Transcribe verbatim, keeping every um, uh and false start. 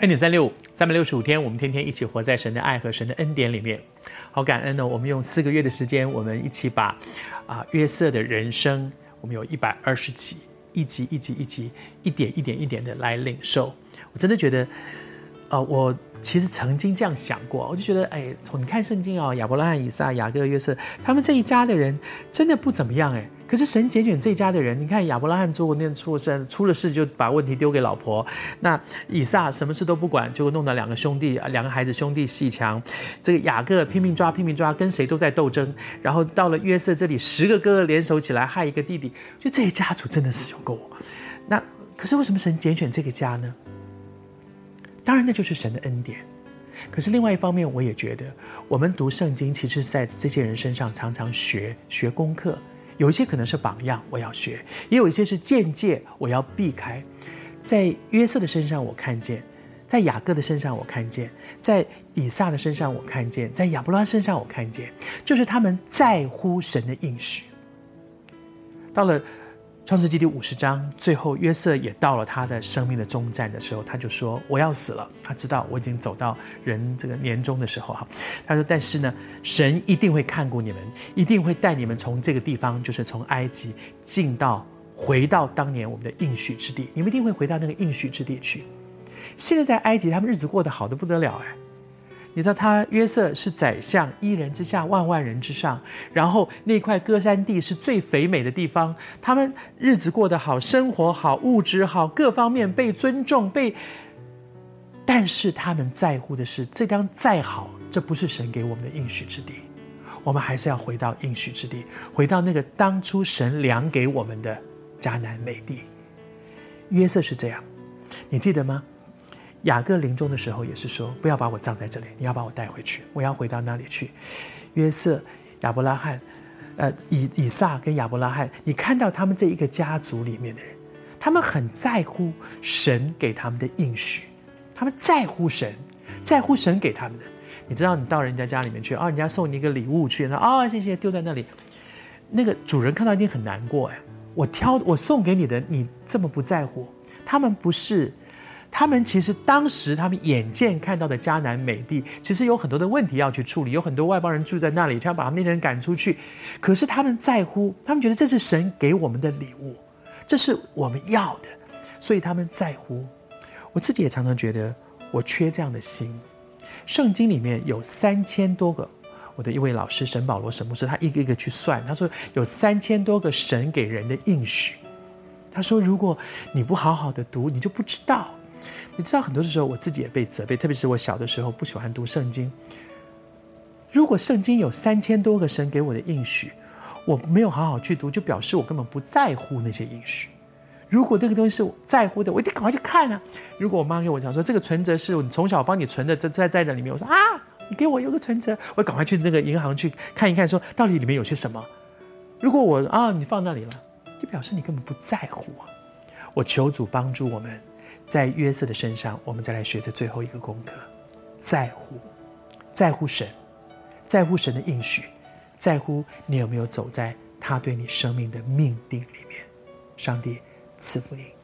恩典三六五，三百六十五天，我们天天一起活在神的爱和神的恩典里面。好感恩呢，我们用四个月的时间，我们一起把啊约瑟的人生，我们有一百二十集，一集一集一集，一点一点一点的来领受。我真的觉得，呃，我其实曾经这样想过，我就觉得，哎，从你看圣经哦，亚伯拉罕、以撒、雅各、约瑟，他们这一家的人真的不怎么样，哎。可是神拣选这一家的人，你看亚伯拉罕做过那错事，出了事就把问题丢给老婆。那以撒什么事都不管，结果弄得两个兄弟、两个孩子兄弟阋墙。这个雅各拼命抓、拼命抓，跟谁都在斗争。然后到了约瑟这里，十个哥哥联手起来害一个弟弟，就这一家族真的是有够。那可是为什么神拣选这个家呢？当然那就是神的恩典。可是另外一方面，我也觉得我们读圣经，其实在这些人身上常常学学功课。有一些可能是榜样，我要学；也有一些是见解，我要避开。在约瑟的身上我看见，在雅各的身上我看见，在以撒的身上我看见，在亚伯拉罕身上我看见，就是他们在乎神的应许。到了创世纪第五十章，最后约瑟也到了他的生命的终站的时候，他就说我要死了。他知道我已经走到人这个年终的时候，他说但是呢，神一定会看顾你们，一定会带你们从这个地方，就是从埃及进到回到当年我们的应许之地，你们一定会回到那个应许之地去。现在在埃及他们日子过得好得不得了，哎，你知道他约瑟是宰相，一人之下万万人之上，然后那块歌珊地是最肥美的地方，他们日子过得好，生活好，物质好，各方面被尊重，被但是他们在乎的是，这当再好，这不是神给我们的应许之地，我们还是要回到应许之地，回到那个当初神量给我们的迦南美地。约瑟是这样，你记得吗？雅各临终的时候也是说，不要把我葬在这里，你要把我带回去，我要回到那里去。约瑟、亚伯拉罕、呃、以, 以撒跟亚伯拉罕，你看到他们这一个家族里面的人，他们很在乎神给他们的应许，他们在乎神，在乎神给他们的。你知道你到人家家里面去，哦，人家送你一个礼物去，哦，谢谢，丢在那里，那个主人看到一定很难过，哎，我挑我送给你的，你这么不在乎。他们不是，他们其实当时他们眼见看到的迦南美地，其实有很多的问题要去处理，有很多外邦人住在那里，他要把他们那些人赶出去。可是他们在乎，他们觉得这是神给我们的礼物，这是我们要的，所以他们在乎。我自己也常常觉得我缺这样的心。圣经里面有三千多个，我的一位老师沈保罗沈牧师，他一个一个去算，他说有三千多个神给人的应许。他说如果你不好好的读，你就不知道。你知道很多的时候我自己也被责备，特别是我小的时候不喜欢读圣经。如果圣经有三千多个神给我的应许，我没有好好去读，就表示我根本不在乎那些应许。如果这个东西是我在乎的，我一定赶快去看啊。如果我妈给我讲说这个存折是你从小帮你存的，在在这里面，我说啊，你给我有个存折，我赶快去那个银行去看一看，说到底里面有些什么。如果我啊你放那里了，就表示你根本不在乎啊。我求主帮助我们，在约瑟的身上，我们再来学这最后一个功课：在乎，在乎神，在乎神的应许，在乎你有没有走在他对你生命的命定里面。上帝赐福你。